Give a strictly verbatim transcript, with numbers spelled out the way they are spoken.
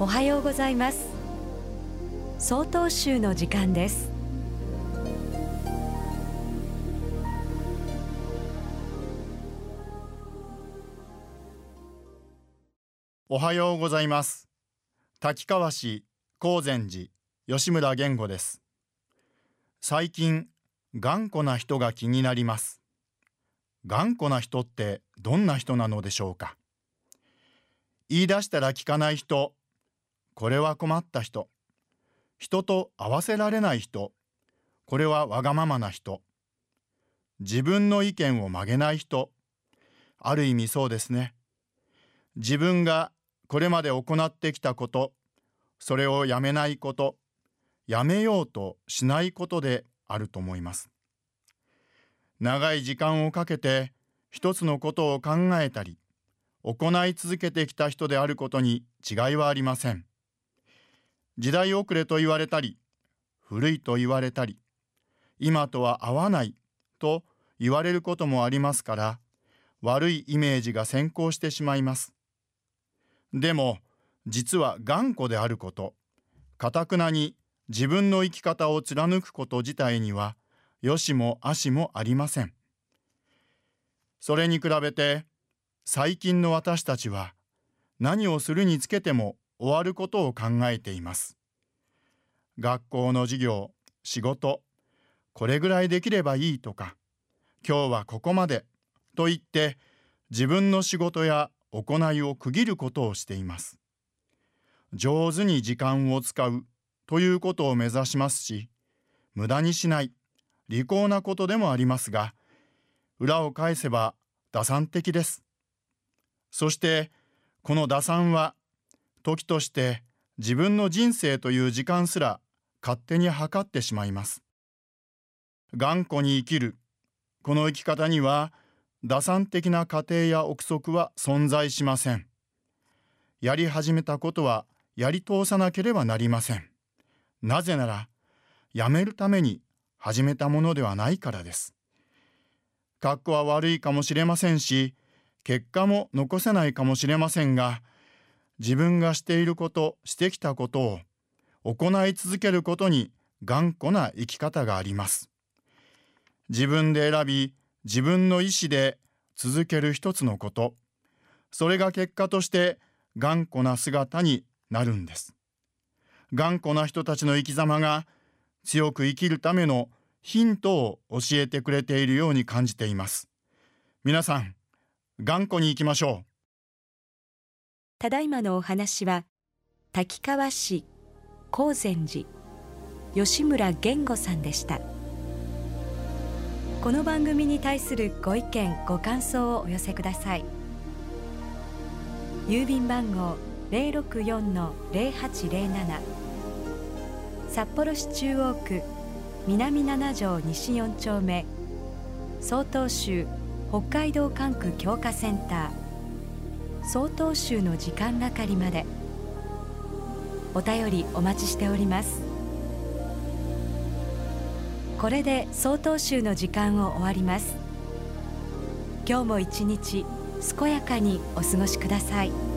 おはようございます。曹洞宗の時間です。 おはようございます。滝川市高禅寺吉村源吾です。最近頑固な人が気になります。頑固な人ってどんな人なのでしょうか。言い出したら聞かない人、これは困った人。人と合わせられない人、これはわがままな人。自分の意見を曲げない人、ある意味そうですね。自分がこれまで行ってきたこと、それをやめないこと、やめようとしないことであると思います。長い時間をかけて一つのことを考えたり、行い続けてきた人であることに違いはありません。時代遅れと言われたり、古いと言われたり、今とは合わないと言われることもありますから、悪いイメージが先行してしまいます。でも、実は頑固であること、頑くなに自分の生き方を貫くこと自体には、よしも悪しもありません。それに比べて、最近の私たちは、何をするにつけても終わることを考えています。学校の授業、仕事、これぐらいできればいいとか、今日はここまでと言って、自分の仕事や行いを区切ることをしています。上手に時間を使うということを目指しますし、無駄にしない、利口なことでもありますが、裏を返せば打算的です。そして、この打算は、時として自分の人生という時間すら勝手に計ってしまいます。頑固に生きる、この生き方には、打算的な過程や憶測は存在しません。やり始めたことはやり通さなければなりません。なぜなら、やめるために始めたものではないからです。格好は悪いかもしれませんし、結果も残せないかもしれませんが、自分がしていること、してきたことを行い続けることに頑固な生き方があります。自分で選び、自分の意思で続ける一つのこと、それが結果として頑固な姿になるんです。頑固な人たちの生き様が強く生きるためのヒントを教えてくれているように感じています。皆さん、頑固に生きましょう。 ただいまのお話は、滝川市高禅寺吉村源吾さんでした。この番組に対するご意見ご感想をお寄せください。郵便番号 ゼロろくよんのゼロはちゼロなな、 札幌市中央区南なな条西よん丁目、曹洞宗北海道管区強化センター曹洞宗の時間係まで。お便りお待ちしております。これで曹洞宗の時間を終わります。今日も一日健やかにお過ごしください。